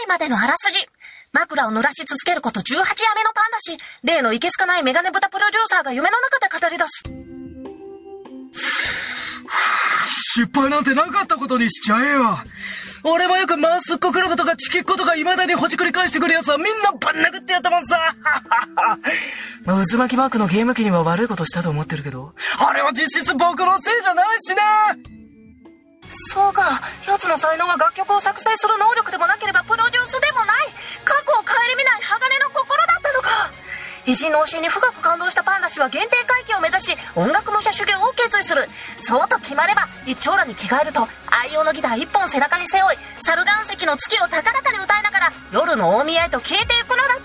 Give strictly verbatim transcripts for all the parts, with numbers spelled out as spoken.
いまでのあらすじ。枕を濡らし続けることじゅうはち夜目のパンだし、例のいけすかないメガネ豚プロデューサーが夢の中で語り出す。失敗なんてなかったことにしちゃえよ。俺もよくマウスっ子クラブとかチキッコとか未だにほじくり返してくるやつはみんなぶん殴ってやったもんさ。まあ、渦巻きマークのゲーム機には悪いことしたと思ってるけど、あれは実質僕のせいじゃないしね。 そうか、奴の才能が楽曲を作成する能力でもなければプロデュースでもない、過去を顧みない鋼の心だったのか。偉人の教えに深く感動したパンダ氏は限定回帰を目指し音楽武者修行を決意する。そうと決まれば一丁羅に着替えると愛用のギター一本背中に背負い、猿岩石の月を高らかに歌いながら夜の大宮へと消えていくのだった。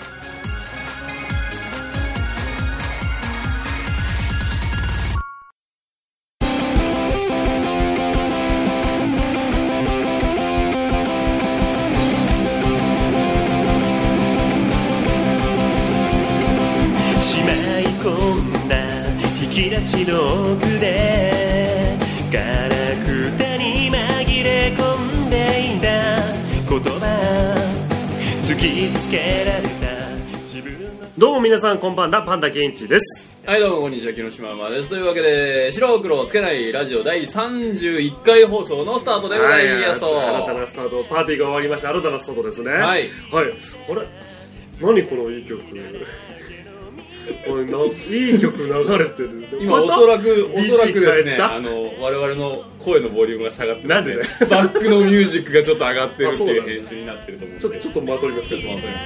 引き出しの奥でガラクタに紛れ込んでいた言葉突きつけられた自分の。どうも皆さんこんばんは、パンダケンイチです。 はいどうもこんにちは、木下ママです。というわけで白黒つけないラジオだいさんじゅういっかい放送のスタートでございますと、 はい、新たなスタート、パーティーが終わりまして新たなスタートですね。はい、はい、あれ何このいい曲おいないい曲流れてる。 今おそらくおそらくですね、あの我々の声のボリュームが下がってなんで、ね、 バックのミュージックがちょっと上がってるっていう編集になってると思うんで、 ちょっとちょっとまとります。 ちょっとまとります。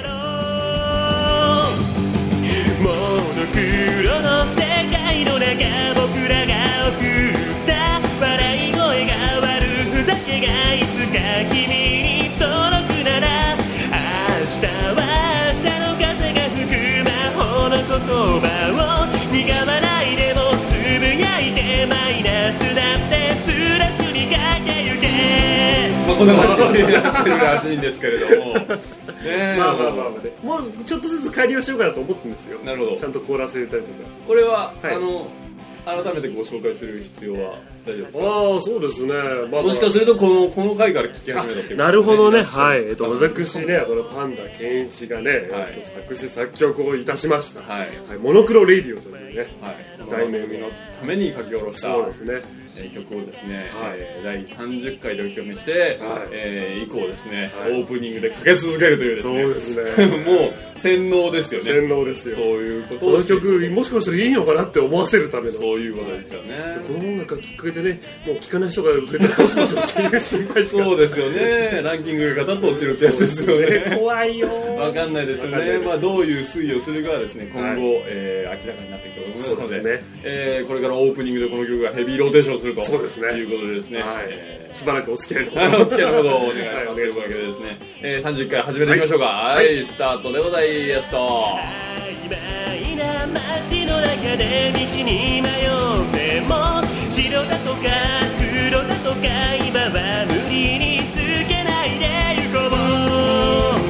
モノクロの世界の中僕らが送った笑い声が悪ふざけがいつか君に届くなら、明日は明日の風が吹く魔法の言葉を苦笑いでもつぶやいてマイナスだってプラスに駆けゆけ。 まあこんな感じになってるらしいんですけれどもね、 まあまあまあ、ね、もうちょっとずつ改良しようかなと思ってるんですよ。 なるほど。 ちゃんとコーラス入れたりとか。 これは、はい、あの改めてご紹介する必要は大丈夫ですか？ああそうですね、まあ、もしかするとこのこの回から聞き始めたっていう、ね、 なるほどね。はい、えっと私ねこのパンダケンイチがね、はい、えっと作詞作曲をいたしました、はいはい、モノクロレイディオというね、はい、題名のために書き下ろしたそうですね曲をですね、はいえー、だいさんじゅっかいでお披露目して、はいえー、以降ですね、はい、オープニングでかけ続けるというですね、 そうですねもう洗脳ですよね。 洗脳ですよ。 そういうことをこの曲もしかしたらいいのかなって思わせるためのそういうことですよね。 この音楽がきっかけでねもう聴かない人が増えたらどうしましょうっていう心配しかそうですよね。ランキングがガタッと落ちるってやつですよね。 怖いよ。 わかんないですよね。まあどういう推移をするかはですね今後、はいえー、明らかになっていくと思いますので、そうですねえー、これからオープニングでこの曲がヘビーローテーションするとそうですねいうことでですね、はいえー、しばらくお付き合いのほどお付き合いのほどお願いします、はい、というわけでですね、えー、さんじゅっかい始めていきましょうか。はい、はい、スタートでございますと、曖昧な街の中で道に迷っても白だとか黒だとか今は無理につけないで行こう。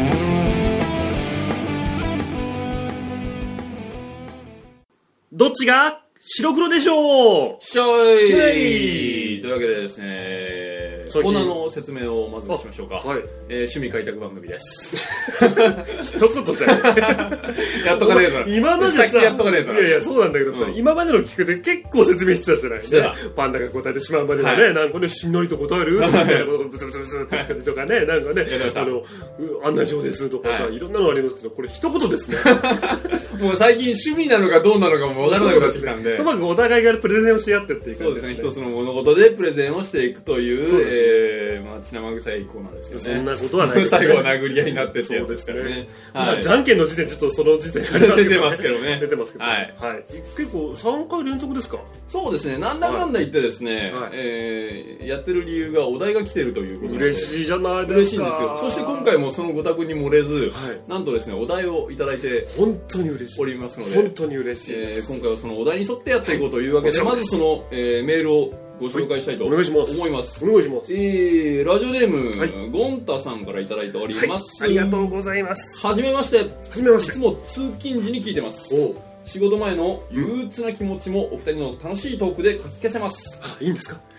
どっちが白黒でしょう。しょいというわけでですねコーナーの説明をまずしましょうか。はいえー、趣味開拓番組です一言じゃないやっとかねえと今までさやっとかねえといやいやそうなんだけどさ、うん、今までの聞くで結構説明してたじゃない、ね、パンダが答えてしまうまでのね、はい、なんかねしんなりと答えるみたいなことブツブツブツってとかねなんかねあの案内状ですとかさ、はい、いろんなのありますけどこれ一言ですねもう最近趣味なのかどうなのかも分からなくなってきたんでうまくお互いがプレゼンをし合ってっていくそうですね一つの物事でプレゼンをしていくというえー、まあ血生臭いコーナーですよね。 そんなことはないですね。 最後は殴り合いになってってやつですからね。 ねはいまあ、じゃんけんの時点ちょっとその時点出てますけどね。 出てますけど、ね。 はい。 はい。結構さんかい連続ですか。 そうですね。なんだかんだ言ってですね、はいえー、やってる理由がお題が来てるということで嬉しいじゃないですか。 嬉しいんですよ。そして今回もそのご多分に漏れず、はい、なんとですねお題をいただいて本当に嬉しいおりますので、 本当に嬉しいです。 えー、今回はそのお題に沿ってやっていこうというわけで、まずその、えー、メールをご紹介したいと思います。 お願いします。お願いします。 えー、ラジオネーム、はい、ゴンタさんからいただいております、 はい。ありがとうございます。 はじめまして。 はじめまして。 いつも通勤時に聞いてます。お仕事前の憂鬱な気持ちもお二人の楽しいトークでかき消せます。 あ、いいんですか。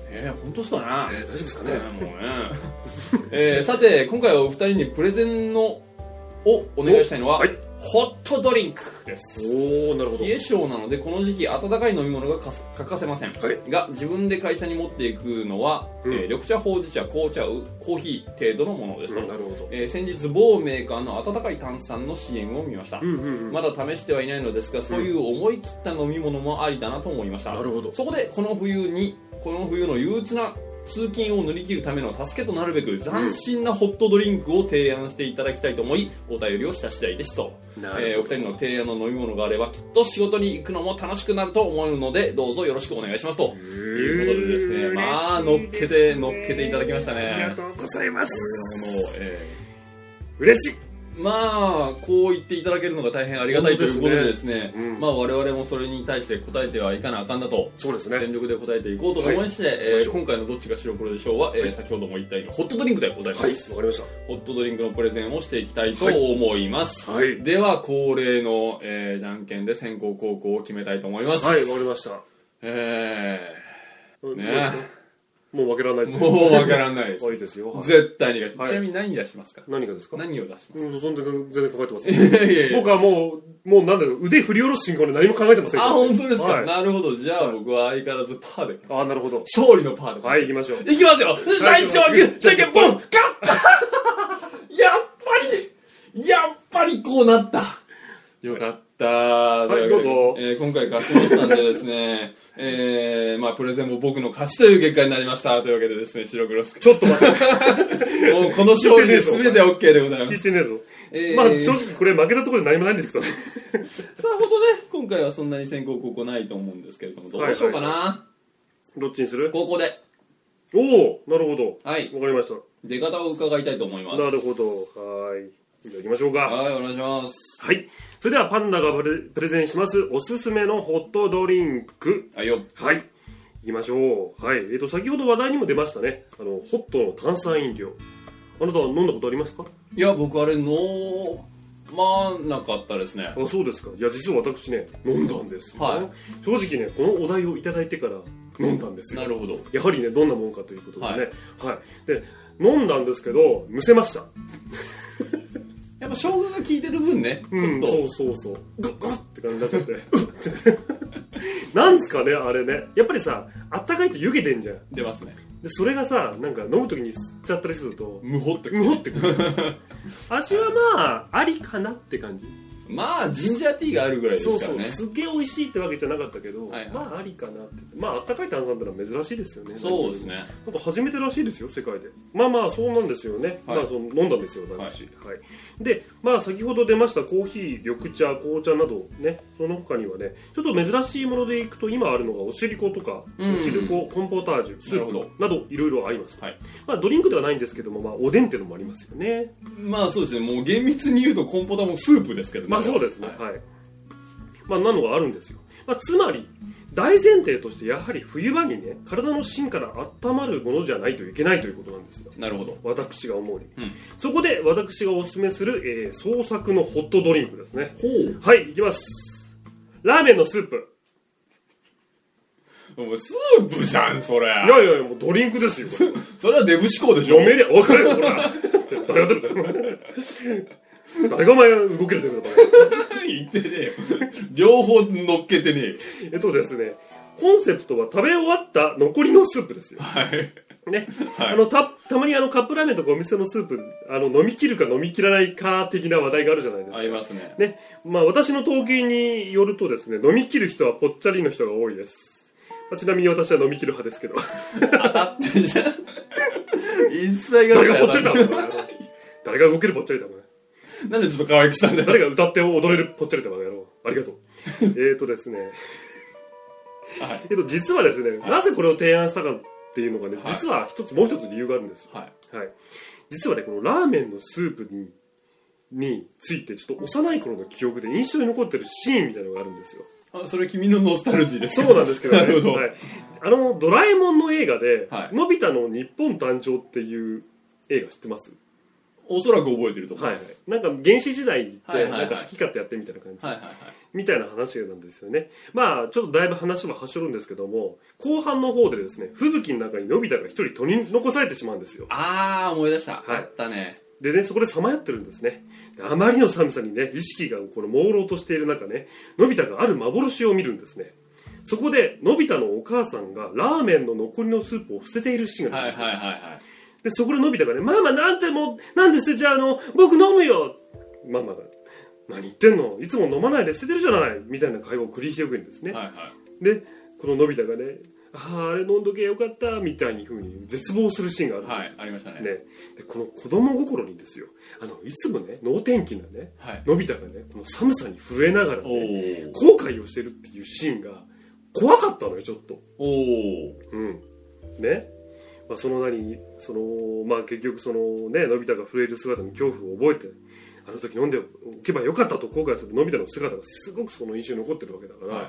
えー、本当そうだな、 えー、大丈夫ですかね、 えー、もうねえー、さて今回はお二人にプレゼンのをお願いしたいのは、はい、ホットドリンクです。 おー、なるほど。 冷え性なのでこの時期温かい飲み物が欠かせません、はい、が自分で会社に持っていくのは、うん、えー、緑茶、ほうじ茶、紅茶、コーヒー程度のものですと、うん、なるほど。えー、先日某メーカーの温かい炭酸の シーエム を見ました、うんうんうん、まだ試してはいないのですが、そういう思い切った飲み物もありだなと思いました、うん、なるほど。そこでこの冬にこの冬の憂鬱な通勤を乗り切るための助けとなるべく斬新なホットドリンクを提案していただきたいと思いお便りをした次第ですと、えー、お二人の提案の飲み物があればきっと仕事に行くのも楽しくなると思うのでどうぞよろしくお願いしますということでですね、まあ乗っけて乗っけていただきましたね。 ありがとうございます。 こういうものを、えー、嬉しい。 まあこう言っていただけるのが大変ありがたいということでですね、うん、まあ我々もそれに対して答えてはいかなあかんだと、そうですね、全力で答えていこうと思いまして、はい、えー、今回のどっちが白黒でしょうは、はい、えー、先ほども言ったようにホットドリンクでございます。 はい、わかりました。 ホットドリンクのプレゼンをしていきたいと思います、はい、では恒例の、えー、じゃんけんで先攻後攻を決めたいと思います。 はい、わかりました。 えーねもう分けられない。 もう分からないです。 はいですよ。はい、 絶対に出します。ちなみに何出しますか。 何がですか。 何を出しますか。 うん、全然全然考えてません。いやいやいや僕はもうもうなんだろう、腕振り下ろす瞬間で何も考えてません。 あ、本当ですか。はい、なるほど。じゃあ僕は相変わらずパーで。 あ、なるほど。 勝利のパーで。 はい、行きましょう。 行きますよ。最初はグー、じゃんけんポン、ガッ。やっぱりやっぱりこうなった。よかった。 はい、どうぞ。 えー、今回勝ちましたんでですね。えー、まあプレゼンも僕の勝ちという結果になりましたというわけでですね、白黒スちょっと待ってもうこの勝利で全て OK でございます。 聞いてねえぞ、えー、まあ正直これ負けたところで何もないんですけどねさほどね今回はそんなに先行後攻ないと思うんですけれども、どうしようかな、はいはいはい、 どっちにする。 後攻で。 おお、なるほど、はい、わかりました。 出方を伺いたいと思います。 なるほど、はい、いただきましょうか。 はい、お願いします。 はい、それではパンダがプ レ, プレゼンしますおすすめのホットドリンク。 はいよ。 はい、いきましょう。はい、えーと先ほど話題にも出ましたね、あのホットの炭酸飲料。あなたは飲んだことありますか。 いや、僕あれ飲まなかったですね。 あ、そうですか。いや、実は私ね飲んだんですよ、はい、正直ねこのお題をいただいてから飲んだんですよ。 なるほど。 やはりねどんなもんかということでね、はい、はい、で飲んだんですけどむせましたやっぱ生姜が効いてる分ね、 うん、ちょっとそうそうそうグッグッって感じになっちゃってなんですかねあれね、やっぱりさあったかいと湯気出んじゃん。 出ますね。 でそれがさなんか飲む時に吸っちゃったりするとムホってムホってくる味はまあありかなって感じ。 まあジンジャーティーがあるぐらいですからね。 そうそう、すっげえ美味しいってわけじゃなかったけど、はいはい、まあありかなって。まああったかい炭酸ってのは珍しいですよね。 そうですね。 なんか初めてらしいですよ世界で。まあまあそうなんですよね、はい、まあその飲んだんですよ私、はいはい、でまあ先ほど出ましたコーヒー、緑茶、紅茶などね、その他にはねちょっと珍しいものでいくと今あるのがおしりこ、とか、うんうん、おしりこコンポタージュ、スープなどいろいろあります、はい、まあドリンクではないんですけども、まあおでんっていうのもありますよね。 まあそうですね、もう厳密に言うとコンポタもスープですけどね。 まあそうですね、はい、はい、まあ、なのがあるんですよ、まあ、つまり大前提としてやはり冬場にね体の芯から温まるものじゃないといけないということなんですよ。 なるほど。 私が思うに、うん、そこで私がおすすめする、えー、創作のホットドリンクですね。ほう、はい、いきます。ラーメンのスープ。 もうスープじゃんそれ。いやいやいやもうドリンクですよそれはデブ思考でしょ。 飲めりゃ分かるよほら誰が出るんだよ誰がお前動けるんだよ言ってねえよ両方乗っけてねえよ。 えっとですねコンセプトは食べ終わった残りのスープですよ。 はいね、はい、あの た, たまにあのカップラーメンとかお店のスープあの飲み切るか飲み切らないか的な話題があるじゃないですか。 ありますね。 ね、まあ、私の統計によるとですね飲み切る人はぽっちゃりの人が多いです。まあ、ちなみに私は飲み切る派ですけど当たってんじゃん一切が誰がぽっちゃりだもん誰が動けるぽっちゃりだもんなんでちょっと可愛くしたんだよ。 誰が歌って踊れるぽっちゃりだもんやろう。ありがとうえーとですねはい、えっと実はですね、はい、なぜこれを提案したかっていうのがね、はい、実は一つもう一つ理由があるんですよ、はいはい、実はねこのラーメンのスープにについてちょっと幼い頃の記憶で印象に残ってるシーンみたいなのがあるんですよ。 あ、それ君のノスタルジーですか。 そうなんですけどねなるほど、 はい、あのドラえもんの映画で、 はい、 のび太の日本誕生っていう映画知ってます？ おそらく覚えてると思います、 はい、なんか原始時代ってはいはいはいなんか好き勝手やってみたいな感じ、 はいはいはい、 みたいな話なんですよね。まあちょっとだいぶ話ははしょるんですけども、後半の方でですね、吹雪の中にのび太が一人取り残されてしまうんですよ。 ああ思い出した、 はい、 あったね。 でね、そこでさまよってるんですね。あまりの寒さにね、意識がこの朦朧としている中ね、のび太がある幻を見るんですね。そこでのび太のお母さんがラーメンの残りのスープを捨てているシーンが出てくるんです。 はいはいはいはい。 でそこでのび太がね、ママなんてもうなんで捨てちゃうの、僕飲むよ。ママが何言ってんの、いつも飲まないで捨ててるじゃないみたいな会話を繰り広げるんですね、はいはい、でこののび太がね、あああれ飲んどけよかったみたいに風に絶望するシーンがあるんです、 はい、ありました ね, ねでこの子供心にですよ、あのいつもね能天気なね、はい、のび太がねこの寒さに震えながらね後悔をしてるっていうシーンが怖かったのよちょっと。おうんねまあ、その何その、まあ、結局その、ね、のび太が震える姿の恐怖を覚えて、あの時飲んでおけばよかったと後悔するのび太の姿がすごくその印象に残ってるわけだから、はい、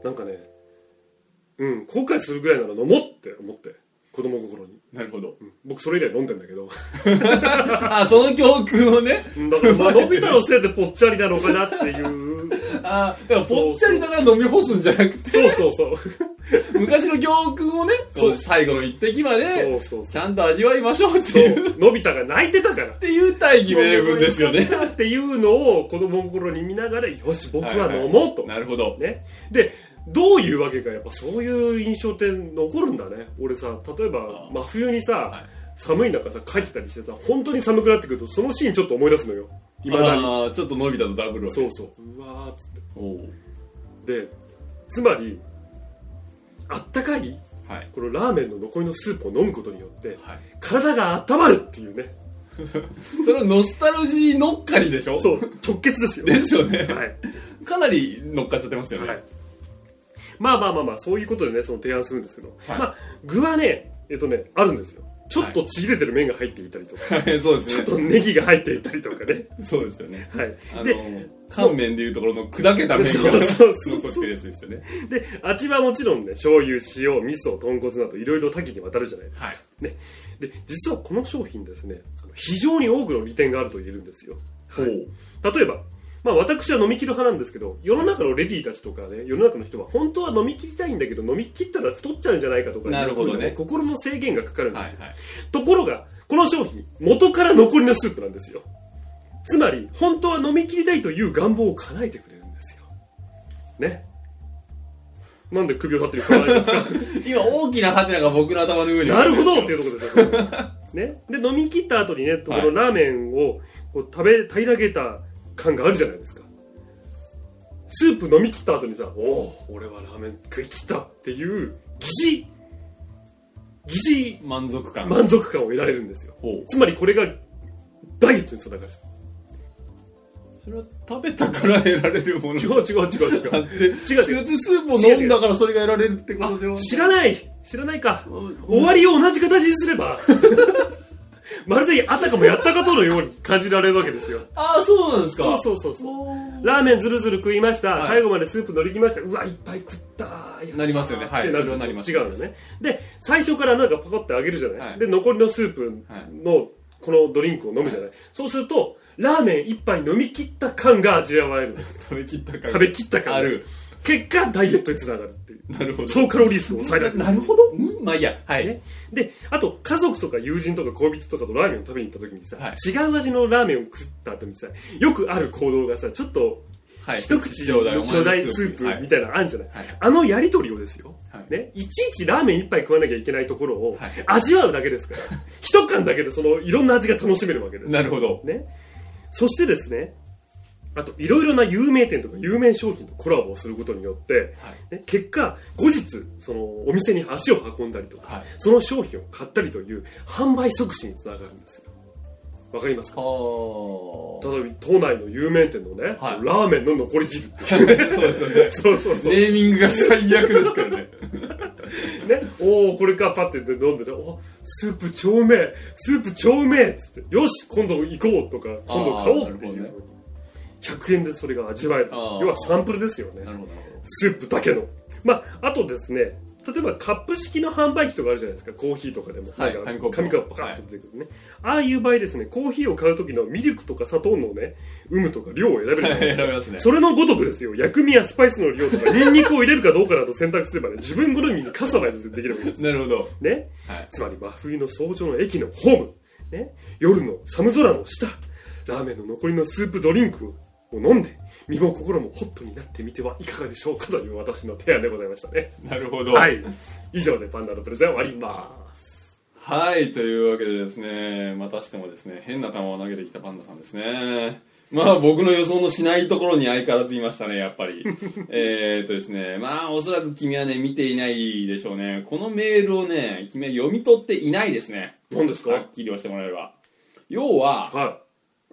なんかね、うん、後悔するぐらいなら飲もうって思って、子供心に。 なるほど、 うん、僕それ以来飲んでんだけどあ、その教訓をねだからまあのび太のせいでぽっちゃりなのかなっていうあ、だからぽっちゃりだから飲み干すんじゃなくて、 そうそうそう昔の教訓をね、そう最後の一滴までちゃんと味わいましょうっていう、 のび太が泣いてたからっていう大義名分ですよねっていうのを子供心に見ながら、よし僕は飲もうと、はいはい、 なるほど、 ね、でどういうわけかやっぱそういう印象って残るんだね。俺さ、例えば真冬にさ、はい、寒い中さ帰ってたりしてさ、本当に寒くなってくるとそのシーンちょっと思い出すのよ、今だに。 ああ、ちょっとのび太とダブルわけ。 そうそう、うわーっつって、おでつまりあったかい、はい、このラーメンの残りのスープを飲むことによって、はい、体が温まるっていうねそれはノスタルジー乗っかりでしょ。 そう直結ですよですよね、 はい、 かなり乗っかっちゃってますよね、はい、 まあまあまあまあそういうことでね、その提案するんですけど、はい、まあ具はねえっとねあるんですよ。ちょっとちぎれてる麺が入っていたりとか、はい、そうですね、ちょっとネギが入っていたりとかねそうですよね、 はい、 あので乾麺でいうところの砕けた麺が残ってるやつですよね。 で味はもちろんね、醤油、塩、味噌、豚骨などいろいろ多岐にわたるじゃないですか、はいね、で実はこの商品ですね、非常に多くの利点があると言えるんですよ、はい、例えばまあ、私は飲み切る派なんですけど、世の中のレディーたちとかね、世の中の人は本当は飲み切りたいんだけど飲み切ったら太っちゃうんじゃないかとか、 なるほどね、 心の制限がかかるんですよ、はいはい、ところがこの商品元から残りのスープなんですよ。つまり本当は飲み切りたいという願望を叶えてくれるんですよね。なんで首を立ってるかないですか今大きなハテナが僕の頭の上になるほどっていうところですよね。で飲み切った後にね、このラーメンをこう食べ平らげた感があるじゃないですか。スープ飲み切った後にさ、おお俺はラーメン食い切ったっていう疑似疑似満足感満足感を得られるんですよ。つまりこれがダイエットにつながる。 それは食べたから得られるもの。 違う違う違う違う違う違う。 スープを飲んだからそれが得られるってことでは。 知らない知らないか。終わりを同じ形にすればまるであたかもやったかとのように感じられるわけですよ。 ああ、そうなんですか。 そうそうそうそう。ラーメンずるずる食いました、はい、最後までスープ乗り切りました、うわいっぱい食ったーなりますよね。はい、それはなります。 違うのね。で最初からなんかパコってあげるじゃない、はい、で残りのスープのこのドリンクを飲むじゃない、はい、そうするとラーメン一杯飲み切った感が味わえる食べ切った感食べ切った感ある。 結果ダイエットにつながるっていう。 なるほど。 総カロリー数を抑えられる。 なるほど。んまあいいや。はい、ね。 で、あと家族とか友人とか恋人とかとラーメンを食べに行った時にさ、はい、違う味のラーメンを食った後にさ、よくある行動がさ、ちょっと、はい、一口ちょうだいスープみたいなのあるんじゃない、はい、あのやりとりをですよ、はい、ね、いちいちラーメン一杯食わなきゃいけないところを味わうだけですから、はい、一缶だけでそのいろんな味が楽しめるわけです。 なるほど。 ね。そしてですね、あといろいろな有名店とか有名商品とコラボをすることによって、はいね、結果後日そのお店に足を運んだりとか、はい、その商品を買ったりという販売促進につながるんですよ。わかりますか？例えば都内の有名店のね、はい、ラーメンの残り汁っていうねそうですよねそうそうそう、 ネーミングが最悪ですからねね、 おおこれかパッて飲んでね、おスープ超うめえスープ超うめえっつって、よし今度行こうとか今度買おうっていう、ひゃくえんでそれが味わえる。要はサンプルですよね。なるほど。スープだけの。まああとですね、 例えばカップ式の販売機とかあるじゃないですか、コーヒーとかでも、 はい、 なんか紙コップ紙がパカッと出てくるね、はい、ああいう場合ですね、コーヒーを買う時のミルクとか砂糖のね有無とか量を選べるじゃないですか、 選べますね、 それのごとくですよ。薬味やスパイスの量とかニンニクを入れるかどうかなど選択すればね、自分好みにカスタマイズできるわけです。 なるほどね、 はい、 つまり真冬の早朝の駅のホーム、ね、夜の寒空の下、ラーメンの残りのスープドリンクを飲んで身も心もホットになってみてはいかがでしょうかという私の提案でございましたね。 なるほど、 はい、以上でパンダのプレゼン終わります。 はい、というわけでですね、またしてもですね、変な球を投げてきたパンダさんですね。まあ僕の予想のしないところに相変わらずいましたね、やっぱり。えっとですね、まあおそらく君はね見ていないでしょうね。このメールをね、君は読み取っていないですね。 何ですか？ はっきりはしてもらえれば。要は、 はい、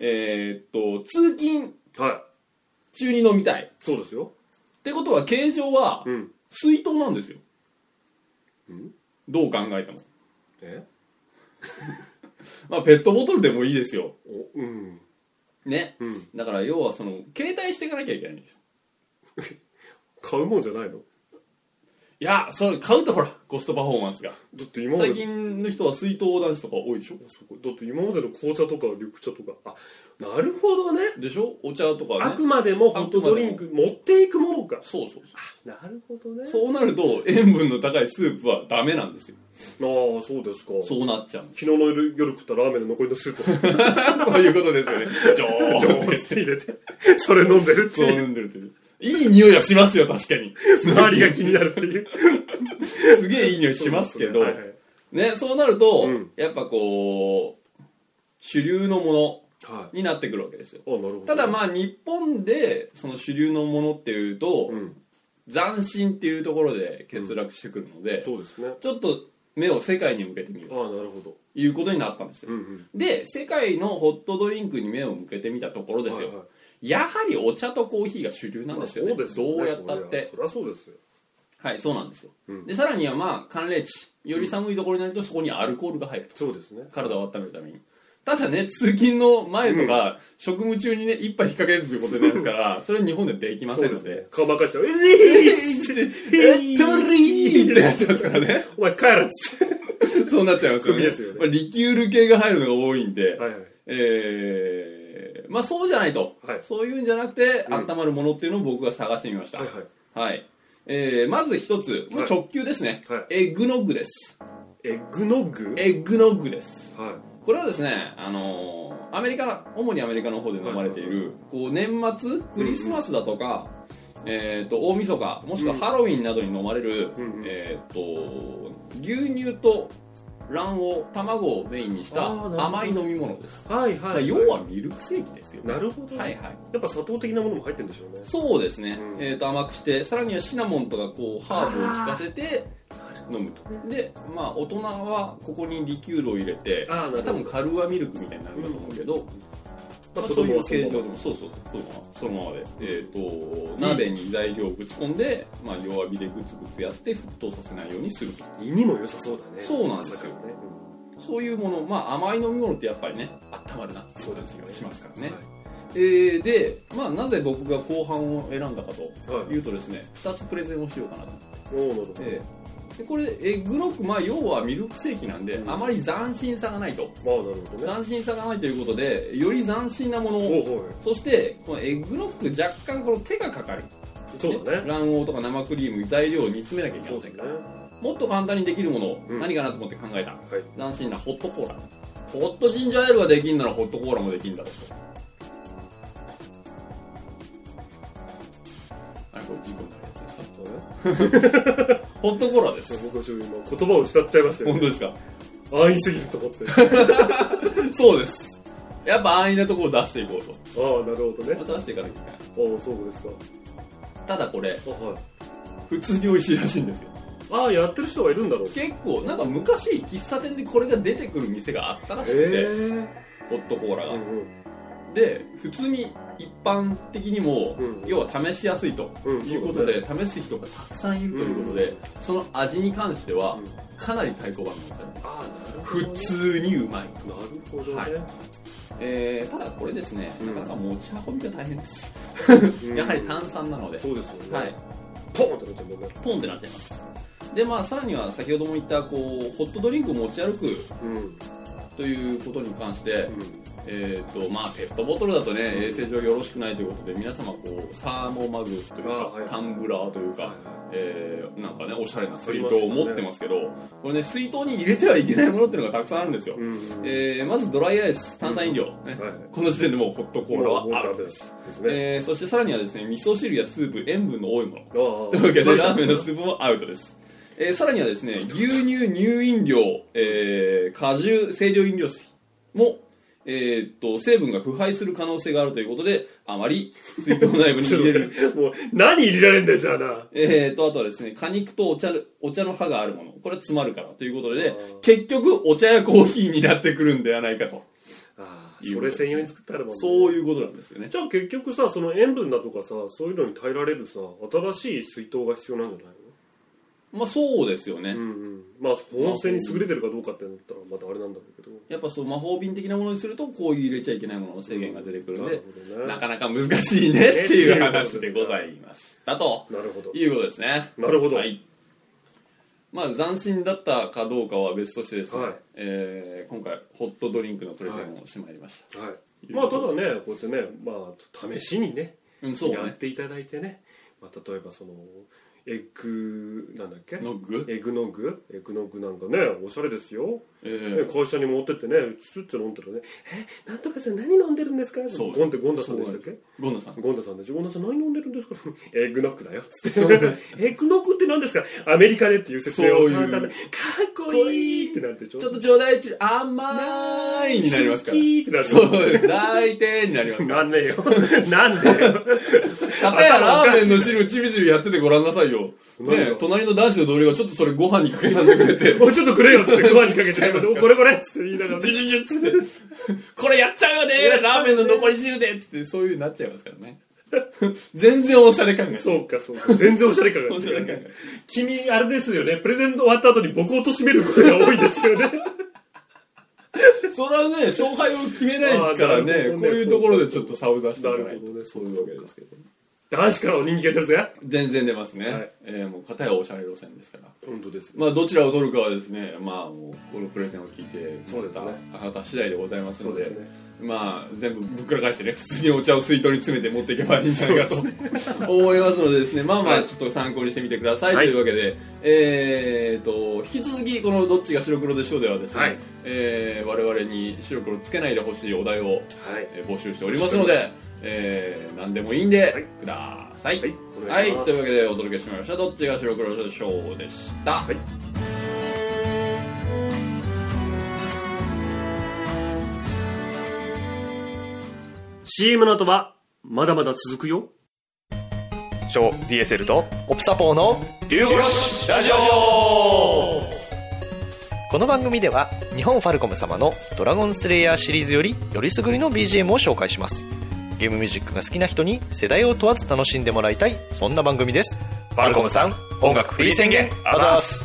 えー、っと通勤中に飲みたい、 はい、そうですよ。 ってことは形状は水筒なんですよ、うん、どう考えても。 えまあペットボトルでもいいですよ。 お、うんね、 うん、 だから要はその携帯していかなきゃいけないんですよ。 買うもんじゃないの？ いや、それ買うとほらコストパフォーマンスが、 だって今まで最近の人は水筒男子とか多いでしょ。 だって今までの紅茶とか緑茶とか、あ、なるほどね。 でしょ、お茶とかね、 あくまでもホットドリンク持っていくものか。 そうそうそう、 なるほどね。 そうなると塩分の高いスープはダメなんですよ。 ああ、そうですか。 そうなっちゃう。 昨日の夜、夜食ったラーメンの残りのスープそういうことですよね。 ジョーッって入れてそれ飲んでるってそういう。 飲んでるっていう。いい匂いはしますよ、確かに。 周りが気になるっていうすげえいい匂いしますけど、そうですね、はいはい、ね、そうなると、うん、やっぱこう主流のものになってくるわけですよ、はい、あ、なるほど。ただまあ日本でその主流のものっていうと、うん、斬新っていうところで欠落してくるので、うん、そうですね、ちょっと目を世界に向けてみるということになったんですよ、うんうん、で世界のホットドリンクに目を向けてみたところですよ、はいはい、やはりお茶とコーヒーが主流なんですよね、まあ、そうですよね、どうやったって。 そりゃそうですよ。 はい、そうなんですよ、うん、でさらにはまあ寒冷地、より寒いところになるとそこにアルコールが入ると、 そうですね、 体を温めるために。ただね、通勤の前とか、うん、職務中にね一杯引っ掛けるということになりますからそれは日本でできませんので、 顔ばかしちゃう、えー、えっとりーってなっちゃいますからねお前帰らっつってそうなっちゃいますよね。 ですよね、 まあ、リキュール系が入るのが多いんで、 はいはい、 えー、まあそうじゃないと、はい、そういうんじゃなくて、うん、温まるものっていうのを僕が探してみました。はいはい、はい、えー、まず一つ、はい、直球ですね、はい、エッグノッグです。 エッグノッグ？ エッグノッグです、 はい、 これはですね、あのー、アメリカ、主にアメリカの方で飲まれている、はいはいはい、こう年末クリスマスだとか、うんうん、えー、と大晦日もしくはハロウィンなどに飲まれる、うん、えー、と牛乳と卵黄、卵をメインにした甘い飲み物です。はいはい、はい、要はミルクセーキですよね。 なるほど、 はいはい、 やっぱ砂糖的なものも入ってるんでしょうね。 そうですね、うん、えー、と甘くして、さらにはシナモンとかこうハーブを効かせて飲むと。で、まあ大人はここにリキュールを入れて、あ、多分カルーアミルクみたいになるんだと思うけど、うん、まあ、そういう形状でも、そうそう、そのままで、えー、と鍋に材料をぶち込んで、まあ、弱火でグツグツやって沸騰させないようにすると。 胃にも良さそうだね。 そうなんですよ、ね、うん、そういうもの、まあ、甘い飲み物ってやっぱりね温まるなっていう感じがしますからね。はい、えー、で、まあ、なぜ僕が後半を選んだかというとですね、はい、ふたつプレゼンをしようかなと。 おー、なるほど。 えーでこれエッグノッグ、まあ、要はミルクセーキなんで、うん、あまり斬新さがないと、 まあ、なるほどね、 斬新さがないということでより斬新なものを、はい、そしてこのエッグノッグ若干この手がかかる。 そうだね、 卵黄とか生クリーム材料を煮詰めなきゃいけませんから、ね、もっと簡単にできるもの、うん、何かなと思って考えた、はい、斬新なホットコーラ。ホットジンジャーエールができるならホットコーラもできるんだろうと。あれこれ事故になるやつですかホットコーラです。 僕はちょっと今言葉を失っちゃいましたよ、ね、 本当ですか。 安易すぎると思ってそうです、やっぱ安易なところを出していこうと。ああ、なるほどね、 出していかなきゃいけない。 ああ、そうですか。 ただこれ、 はい、 普通に美味しいらしいんですよ。 ああ、やってる人がいるんだろう。 結構なんか昔喫茶店でこれが出てくる店があったらしくて、ホットコーラが、うんうん、で普通に一般的にも、うん、要は試しやすいということで、うん、試す人がたくさんいるということで、うん、その味に関しては、うん、かなり太鼓判が押されてます。普通にうまいと。 なるほどね、はい、 えー、ただこれですね、うん、なかなか持ち運びが大変ですやはり炭酸なので、 そうですよね、 はい、 ポンってなっちゃうもんね。 ポンってなっちゃいます。 でまあさらには先ほども言ったこうホットドリンクを持ち歩く、うん、ということに関して、うんえーとまあ、ペットボトルだとね、うん、衛生上よろしくないということで皆様こうサーモマグというか、はい、タンブラーというか、はいえー、なんかねおしゃれな水筒を持ってますけど、ね、これね水筒に入れてはいけないものっていうのがたくさんあるんですよ、うんうんえー、まずドライアイス炭酸飲料、うんねはい、この時点でもうホットコーラはアウトです、ですねえー、そしてさらにはですね味噌汁やスープ塩分の多いものというわけでラーメンのスープもアウトです、えー、さらにはですね牛乳乳飲料、えー、果汁清涼飲料水もえー、っと成分が腐敗する可能性があるということであまり水筒内部に入れるもう何入れられるんだよじゃあなえー、っとあとはですね果肉とお茶お茶の葉があるものこれは詰まるからということで結局お茶やコーヒーになってくるんではないかとあそれ専用に作ってあるもんねそういうことなんですよねじゃあ結局さその塩分だとかさそういうのに耐えられるさ新しい水筒が必要なんじゃないのまあそうですよね、 うんうん、まあ本性に優れてるかどうかってなったらまたあれなんだろうけどやっぱそう魔法瓶的なものにするとこういう入れちゃいけないものの制限が出てくるんで、うん な, ね、なかなか難しいねっていう話でございますだとなるほどいうことですねなるほど、 はい、まあ斬新だったかどうかは別としてですね、はいえー、今回ホットドリンクのプレゼンをしてまいりました、 はいはい、まあただねこうやってね、まあ、試しにね、 うんそうね、 やっていただいてね、まあ、例えばそのエッグなんだっけノッグエッグノッグエッグノッグなんかねおしゃれですよ、 えー、 会社に持ってってねつつって飲んでるねえなんとかさん何飲んでるんですかそうゴンってゴンダさんでしたっけゴンダさんゴンダさんでしょゴンダさん何飲んでるんですかエッグノッグだよつってエッグノッグって何ですかアメリカでっていう説明を簡単でかっこいいってなってちょっとちょうだいち甘いになりますから好きってなってそうです泣いてになりますからなんでよなんでよかたやラーメンの汁ちびちびやっててごらんなさいよね隣の男子の同僚がちょっとそれご飯にかけさせてくれてもうちょっとくれよっつってご飯にかけてこれこれっつって言いながらジュジュジュっつってこれやっちゃうよねラーメンの残り汁でっつってそういうになっちゃいますからね全然おしゃれ感がそうかそうか全然おしゃれ感が違う、ね、君あれですよねプレゼント終わった後に僕を貶めることが多いですよねそれはね勝敗を決めないからねこういうところでちょっと差を出していかないとそういうわけですけど男子からの人気が出るぜ全然出ますね、はいえー、もう片やおしゃれ路線ですから本当です、ね、 まあどちらを取るかはですねまあもうこのプレゼンを聞いてそうですねあなた次第でございますのでそうですねまあ全部ぶっくら返してね普通にお茶を水筒に詰めて持っていけばいいんじゃないかと思いますのでですねまあまあちょっと参考にしてみてください、はい、というわけでえーと引き続きこのどっちが白黒でしょうではですね、はいえー、我々に白黒つけないでほしいお題を、はいえー、募集しておりますのでえー、何でもいいんで、はい、ください、はいはい、というわけでお届けしましたどっちが白黒でしょうでした、はい、 シーエム の後はまだまだ続くよ小 ディーエスエル とオプサポーの龍越ラジオこの番組では日本ファルコム様のドラゴンスレイヤーシリーズよりよりすぐりの ビージーエム を紹介しますゲームミュージックが好きな人に世代を問わず楽しんでもらいたいそんな番組ですファルコムさん音楽フリー宣言あざーす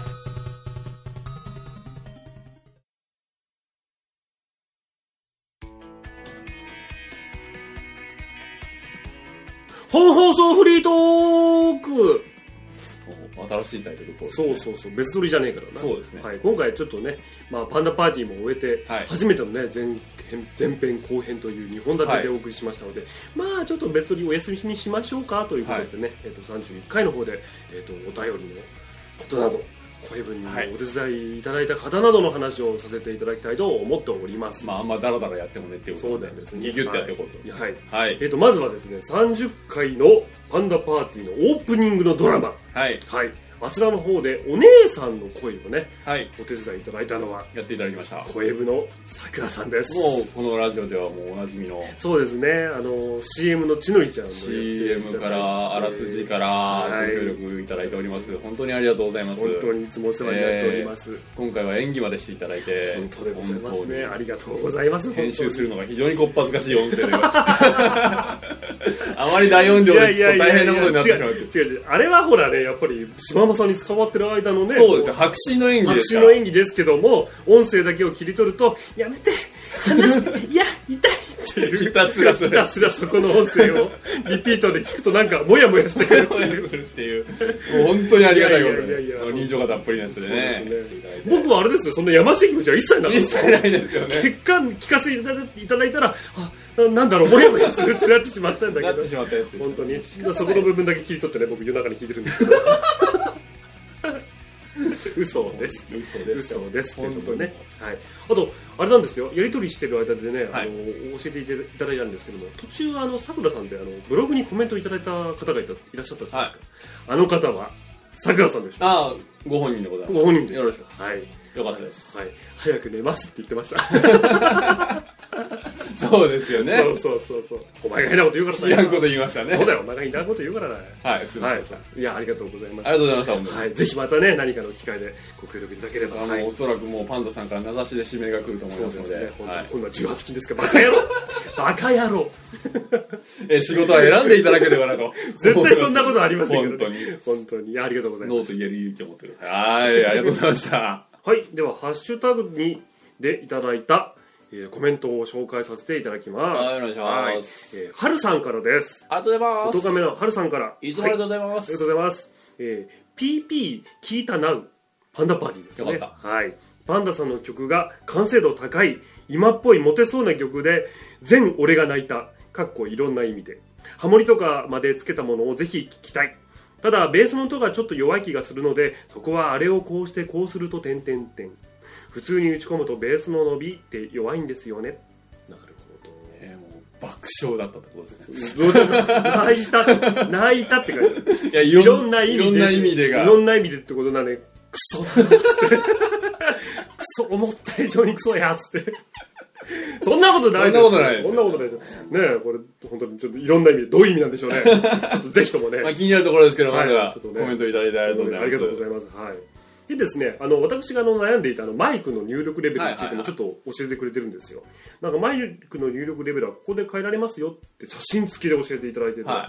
本放送フリートーク新しいタイトルコール、ね、 そうそうそう別撮りじゃねえからなそうですね、 はい、今回ちょっとね、まあ、パンダパーティーも終えて、はい、初めてのね前編前編後編というにほん立てでお送りしましたので、はい、まあちょっと別撮りお休みにしましょうかということでね、はいえー、とさんじゅういっかいの方で、えー、とお便りのことなど声文にお手伝いいただいた方などの話をさせていただきたいと思っております。 まああんまダラダラやってもねっていうことでそうなんですねギュギュッとやっていこうとはい、はいえー、とまずはですねさんじゅっかいのパンダパーティーのオープニングのドラマはい、 はいあちらの方でお姉さんの声をね、はい、お手伝いいただいたのはやっていただきました声部のさくらさんです。 もうこのラジオではもうおなじみのそうですねあの シーエム のちのりちゃんのシーエム からあらすじからご協力いただいております、はい、本当にありがとうございます。 本当にいつもお世話になっております、えー、 今回は演技までしていただいて本当でございますねありがとうございます。 編集するのが非常にこっぱずかしい音声であまり大音量で大変なことになってしまう。違う違うあれはほらねやっぱり島間さんに使わってる間のねそうですよ白紙の演技ですから白紙の演技ですけども音声だけを切り取るとやめて話していや痛いっていうひたすらそれひたすらそこの音声をリピートで聞くとなんかモヤモヤしてくるっていうするっていうもう本当にありがたいことでいやいやいやいや人情がたっぷりなやつでねそうですね僕はあれですねそんなやましい気持ちは一切なかった一切ないですよね結果聞かせていただいただいたらあななんだろうモヤモヤするってなってしまったんだけどなってしまったやつです本当にそこの部分だけ切り取ってね僕夜中に聞いてるんですけど嘘です嘘です嘘ですけど本当にもね、はい、あとあれなんですよやり取りしてる間でね、 はい、 あの教えていただいたんですけども途中あのさくらさんであのブログにコメントいただいた方がいたいらっしゃったじゃないですか、はい、あの方はさくらさんでした。 ああご本人でございます。 ご本人でした。 よろしくはいよかったです、 はい、早く寝ますって言ってましたそうですよね。 そうそうそうそうお前が変なこと言うからいらんこと言いましたね。 そうだよお前がいらんこと言うからね。 はいすみません、 はい、いやありがとうございます。 ありがとうございました本当に、 はい、ぜひまたね何かの機会でご協力いただければ。 あの、 はい、 おそらくもうパンダさんから名指しで指名が来ると思いますので、 そうですね、 はい、 今度はじゅうはちきんですかバカ野郎バカ野郎え仕事は選んでいただければなと絶対そんなことありませんけど、ね、 本当に本当にありがとうございます。 ノーと言える勇気を持ってください。はいありがとうございましたはい、ではハッシュタグにでいただいた、えー、コメントを紹介させていただきます。 はいお願いします。 はい、えー、はるさんからです。 ありがとうございます。 おとがめのはるさんからいつもありがとうございます、はい、 ありがとうございます。えー、ピーピー 聞いたなうパンダパーティーですね。 よかった。 はい、パンダさんの曲が完成度高い今っぽいモテそうな曲で全俺が泣いたかっこいろんな意味でハモリとかまでつけたものをぜひ聞きたい。ただベースの音がちょっと弱い気がするのでそこはあれをこうしてこうすると点々点普通に打ち込むとベースの伸びって弱いんですよね。なるほど、 えー、もう爆笑だったってことですね。 泣いた泣いたって感じ。 いやいろんな意味でいろんな意味でがいろんな意味でってことなんでクソだなってクソ思った以上にクソやっつってそんなことないです。 そんなことないです。 そんなことないですよ。ねえ、これ本当にちょっといろんな意味でどういう意味なんでしょうね。ちょっとぜひともね。 まあ気になるところですけど、 はい、 まだちょっとね、 コメントいただいてありがとうございます。 ありがとうございます。はい。でですね、あの私があの悩んでいたあのマイクの入力レベルについてもちょっと教えてくれてるんですよ。なんかマイクの入力レベルはここで変えられますよって写真付きで教えていただいてて、 はい。 はい、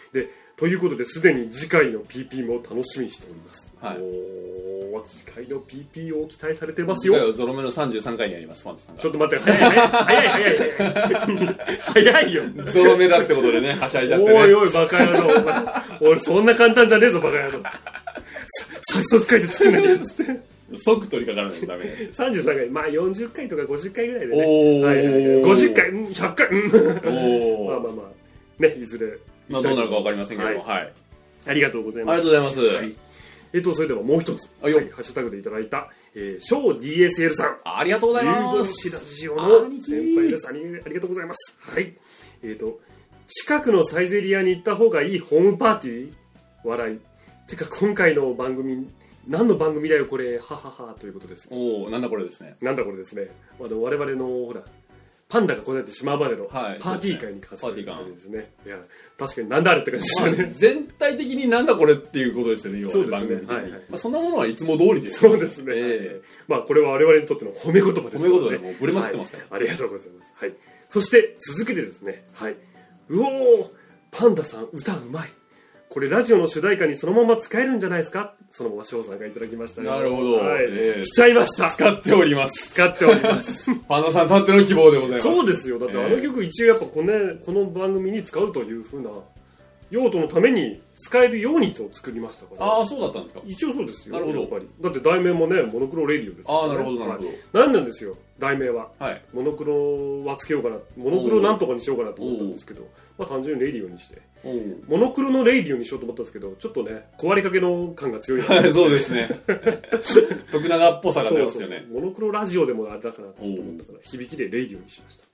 でということですでに次回の ピーピー も楽しみにしております。 はい。 お次回の ピーピー を期待されてますよ。 次回はゾロ目のさんじゅうさんかいにあります。ファンタさんが。 ちょっと待って早い早い早い早い早いよ。 ゾロ目だってことでねはしゃいじゃってね。 おいおいバカ野郎。俺そんな簡単じゃねえぞバカ野郎。最速回で作んなきゃっつって。 即取り掛からないとダメなやつ。 さんじゅうさんかいまあよんじゅっかいとかごじゅっかいぐらいでね。 おー、 はいはいはい、ごじゅっかいひゃっかいおまあまあまあねいずれまあどうなるか分かりませんけども、はい、はい、 ありがとうございます。 ありがとうございます。はい、 えっとそれではもう一つ、はい、ハッシュタグでいただいた、えー、ショー ディーエスエル さんありがとうございます。 龍言師ラジオの先輩です。ありありがとうございます。はいえっと近くのサイゼリアに行った方がいいホームパーティー笑いてか今回の番組何の番組だよこれはははということです。 おおなんだこれですね。 なんだこれですね。あの我々のほらパンダがこうやってしまうまでのパはい、 ーティー会に関する感じですね。いや確かになんだあれって感じですよね、 まあ、全体的になんだこれっていうことですよね。要はそうですね番組的に、 はいはいまあ、そんなものはいつも通りですそうですね、 えー、 まあこれは我々にとっての褒め言葉ですので、 褒め言葉でもうブレまくってますから、 はい、ありがとうございます。はい、そして続けてですね、はい、うおーパンダさん歌うまいこれラジオの主題歌にそのまま使えるんじゃないですか。そのまま翔さんがいただきました。 なるほど、 はいえー、 しちゃいました。 使っております使っておりますパンダさんたっての希望でございます。 そうですよ。だってあの曲一応やっぱこの、ね、この番組に使うというふうな用途のために使えるようにと作りましたから。 ああそうだったんですか。 一応そうですよ。 なるほど。 やっぱりだって題名もねモノクロレディオですから、ね、 ああなるほどなるほど、 はい、なんなんですよ題名は、 はい、 モノクロはつけようかなモノクロなんとかにしようかなと思ったんですけど、まあ、単純にレディオにしてモノクロのレディオにしようと思ったんですけどちょっとね壊れかけの感が強いなそうですね徳永っぽさが出ますよね。そうそうそうモノクロラジオでもあれだからと思ったから響きでレディオにしました。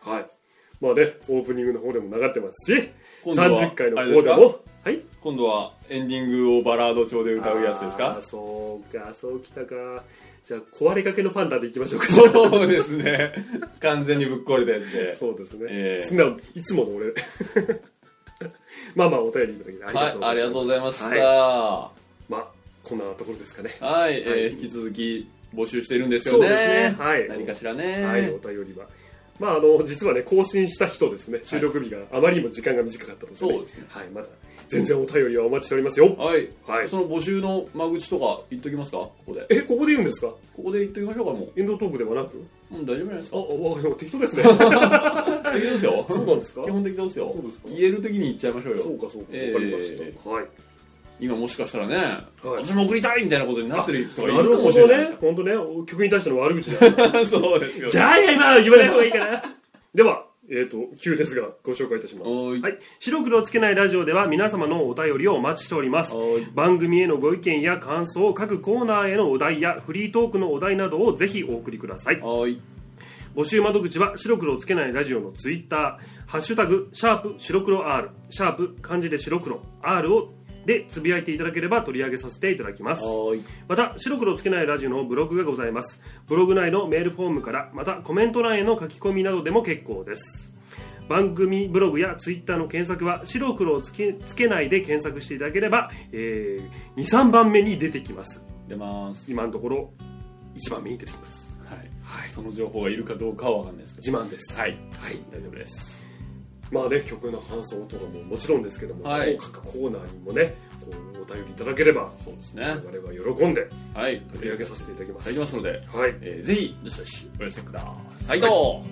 はいまあねオープニングの方でも流れてますしさんじゅっかいの方でもはい今度はエンディングをバラード調で歌うやつですか。 あそうかそうきたか。じゃあ壊れかけのパンダでいきましょうか。 そうですね完全にぶっ壊れたやつでそうですね、 えー、 素直いつもの俺まあまあお便りいただきありがとうございます、はい、 ありがとうございました、はい、 まあこんなところですかね。 はい、はいえー、引き続き募集しているんですよね。 そうですね、はい、 何かしらね、 はい、お便りはまああの実はね更新した日とですね収録日があまりにも時間が短かったので、ね、 そうですねはいまだ全然お便りはお待ちしておりますよ。 はい、 はい、 その募集の間口とか言っときますか。ここでえここで言うんですか。 ここで言っときましょうか。もうエンドトークではなくうん大丈夫じゃないですか。 ああ適当ですねから言うんですよ。 そうなんですか。 基本的なんですよ。 そうですか。 言える時に言っちゃいましょうよ。 そうかそうか。 えーわかりました。はい。 今もしかしたらね、 はい、 私も送りたいみたいなことになってる人がいなるるかもほどねしれないです。 本当ね、曲に対しての悪口だ。 そうですよ、ね。 じゃあ今は言わない方がいいかな。では、えっ、ー、と、急ですが、ご紹介いたします。はい。白黒つけないラジオでは皆様のお便りをお待ちしております。番組へのご意見や感想、各コーナーへのお題やフリートークのお題などをぜひお送りください。はい。募集窓口は白黒つけないラジオのツイッター、ハッシュタグ、シャープ白黒 R、シャープ漢字で白黒 R をでつぶやいていただければ取り上げさせていただきます。また白黒つけないラジオのブログがございます。ブログ内のメールフォームからまたコメント欄への書き込みなどでも結構です。番組ブログやツイッターの検索は白黒をつけ、つけないで検索していただければ、えー、にさんばんめに出てきます。 出ます。 今のところいちばんめに出てきます。 はい、はい、その情報がいるかどうかは分かんないですけど、 自慢です。 はい、はい、大丈夫です。 まあね、曲の感想とかももちろんですけども、 はい、 各コーナーにもねこうお便りいただければ、 そうですね、 我々は喜んで取り上げさせていただきます、 はい、いただきますので、 はいえー、ぜひどしどしお寄せください。どうも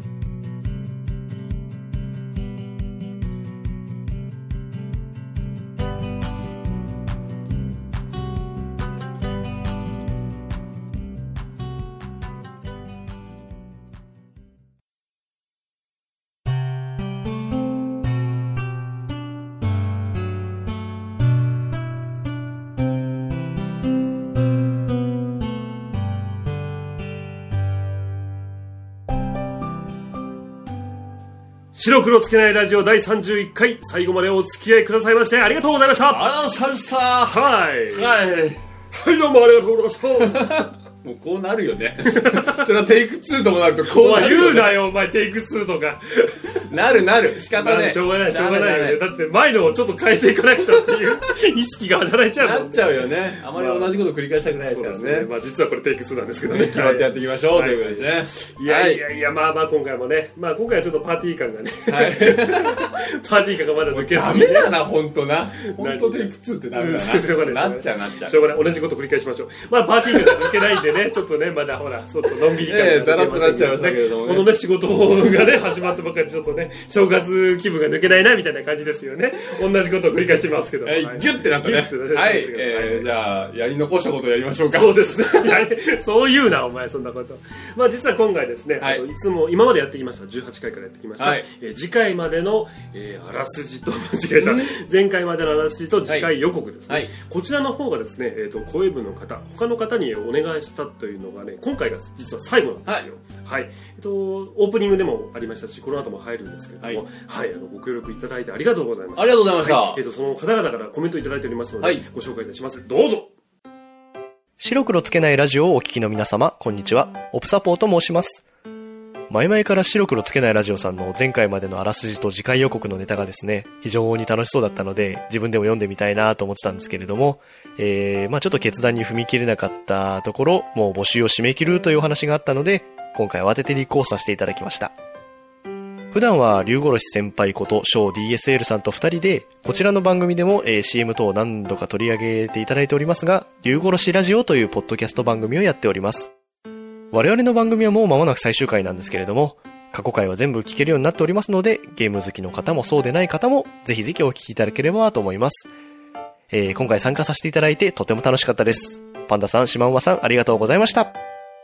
白黒つけないラジオだいさんじゅういっかい、最後までお付き合いくださいましてありがとうございました。 ありがとうございました。 はいはいはい、どうもありがとうございましたもうこうなるよねそれはテイクツーともなるとこうなるよ、ね、 言うなよお前テイクツーとかなるなる仕方ない、 しょうがないしょうがないよね。だって前のをちょっと変えていかなくちゃっていう意識が働いちゃうもん、ね、 なっちゃうよね。あまり同じこと繰り返したくないですからね。まあ、 ね、まあ実はこれテイクツーなんですけどね決まってやっていきましょう、はい、ということですね。 いやいやいや、まあまあ今回もね、まあ今回はちょっとパーティー感がね、はい、パーティー感がまだ抜けずに、 ダメだな本当な本当テイクツーってダメだなしょうがないなっちゃうなっちゃうしょうがない同じこと繰り返しましょう。まあパーティー感が抜けないんでねちょっとねまだほらちょっとのんびり感が、 えー、だらっとなっちゃいましたけれどもね、 このね仕事がね始まったばっかりちょっとね正月気分が抜けないなみたいな感じですよね。同じことを繰り返してますけど、 はい、ギュッてなったね。はい、えー、じゃあやり残したことをやりましょうか。 そうですねそう言うなお前そんなこと。まあ実は今回ですね、はい、あのいつも今までやってきましたじゅうはちかいからやってきました、はい、えー、次回までの、えー、あらすじと間違えた、うん、前回までのあらすじと次回予告ですね、はい、こちらの方がですね、えー、と声部の方他の方にお願いしたというのがね今回が実は最後なんですよ。はい、はい、えー、とオープニングでもありましたしこの後も入るんですけれども、はい、はい、あのご協力いただいてありがとうございます。 ありがとうございました、 はい、えー、とその方々からコメントいただいておりますので、はい、ご紹介いたします。どうぞ。 白黒つけないラジオをお聞きの皆様こんにちは、オプサポーと申します。前々から白黒つけないラジオさんの前回までのあらすじと次回予告のネタがですね非常に楽しそうだったので自分でも読んでみたいなと思ってたんですけれども、えー、まあちょっと決断に踏み切れなかったところもう募集を締め切るというお話があったので今回慌てて立候補させていただきました。普段は龍殺し先輩こと小 ディーエスエル さんとふたりでこちらの番組でも、えー、シーエム 等を何度か取り上げていただいておりますが龍殺しラジオというポッドキャスト番組をやっております。我々の番組はもう間もなく最終回なんですけれども過去回は全部聞けるようになっておりますのでゲーム好きの方もそうでない方もぜひぜひお聞きいただければと思います。えー、今回参加させていただいてとても楽しかったです。パンダさん、シマウマさんありがとうございました。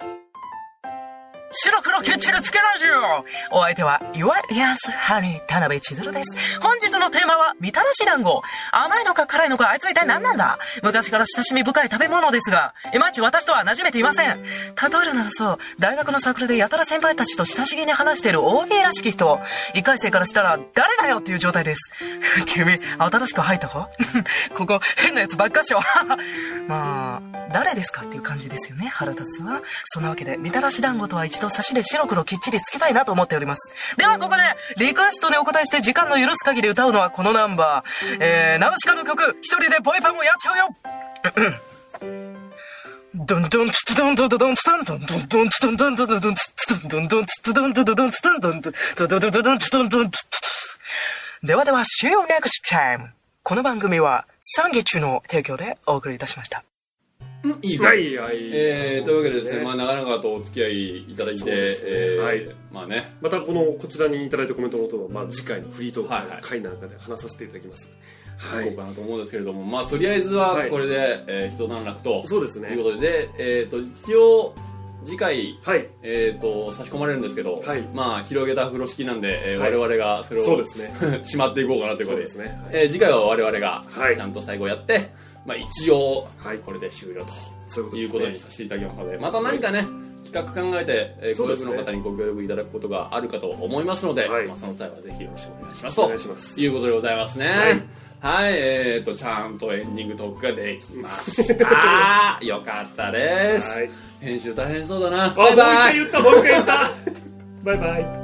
白黒きっちりつけラジオ、お相手は岩井康晴田辺千鶴です。本日のテーマはみたらし団子。甘いのか辛いのかあいつは一体何なんだ。昔から親しみ深い食べ物ですがいまいち私とは馴染めていません。例えるならそう大学のサークルでやたら先輩たちと親しげに話している オービー らしき人、いっかい生からしたら誰だよっていう状態です。君新しく入ったかここ変なやつばっかしょまあ誰ですかっていう感じですよね。腹立つわ。そんなわけでみたらし団子とは一度差しで白黒きっちりつけたいなと思っております。ではここでリクエストにお答えして時間の許す限り歌うのはこのナンバー、えー、ナウシカの曲一人でボイパもやっちゃうよドンドンツドンドンドンドンツドンドンドンドンツドンドンドンドンツドンドンツドンドンドンツドンドンドンドンドンドンドンツドンドン。ではでは See you next time。 この番組はサンギチュの提供でお送りいたしました。 いいか、 はいはい、 えー、というわけでですね、まあ、長々とお付き合いいただいて、ねえー、 はい、まあね、またこのこちらにいただいたコメントのことは、まあ、次回のフリートークの回なんかで話させていただきます。 はい、いこうかなと思うんですけれども、まあ、とりあえずはこれで、はい、えー、一段落とそうですね、 いうことで、えー、と一応次回、はい、えー、と差し込まれるんですけど、はい、まあ、広げた風呂敷なんで、えーはい、我々がそれをそうです、ね、しまっていこうかなということで、そうですね、はい、えー、次回は我々がちゃんと最後やって、まあ、一応これで終了ということにさせていただきますので、また何かね、企画考えて、えー、ご役の方にご協力いただくことがあるかと思いますので、はい、まあ、その際はぜひよろしくお願いしますということでございますね。はいはい、えーと、ちゃんとエンディングトークができましたよかったです、はい、編集大変そうだな。バイバイ。もう一回言ったもう一回言ったバイバイ。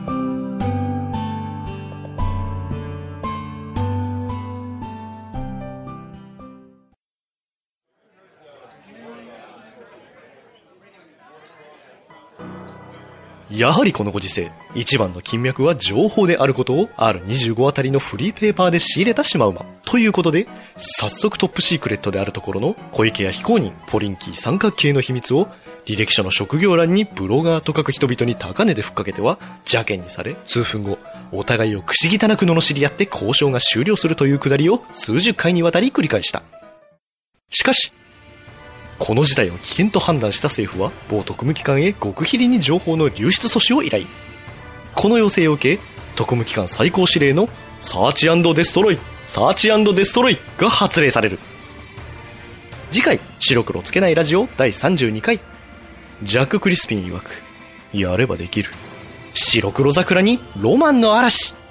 やはりこのご時世、一番の金脈は情報であることを アールにじゅうご あたりのフリーペーパーで仕入れたシマウマ。ということで、早速トップシークレットであるところの小池や非公認、ポリンキー三角形の秘密を履歴書の職業欄にブロガーと書く人々に高値でふっかけては邪険にされ、数分後、お互いを口汚く罵り合って交渉が終了するというくだりを数十回にわたり繰り返した。しかし、この事態を危険と判断した政府は某特務機関へ極秘裏に情報の流出阻止を依頼。この要請を受け、特務機関最高司令のサーチ&デストロイサーチ&デストロイが発令される。次回、白黒つけないラジオだいさんじゅうにかい。ジャック・クリスピン曰く、やればできる。白黒桜にロマンの嵐。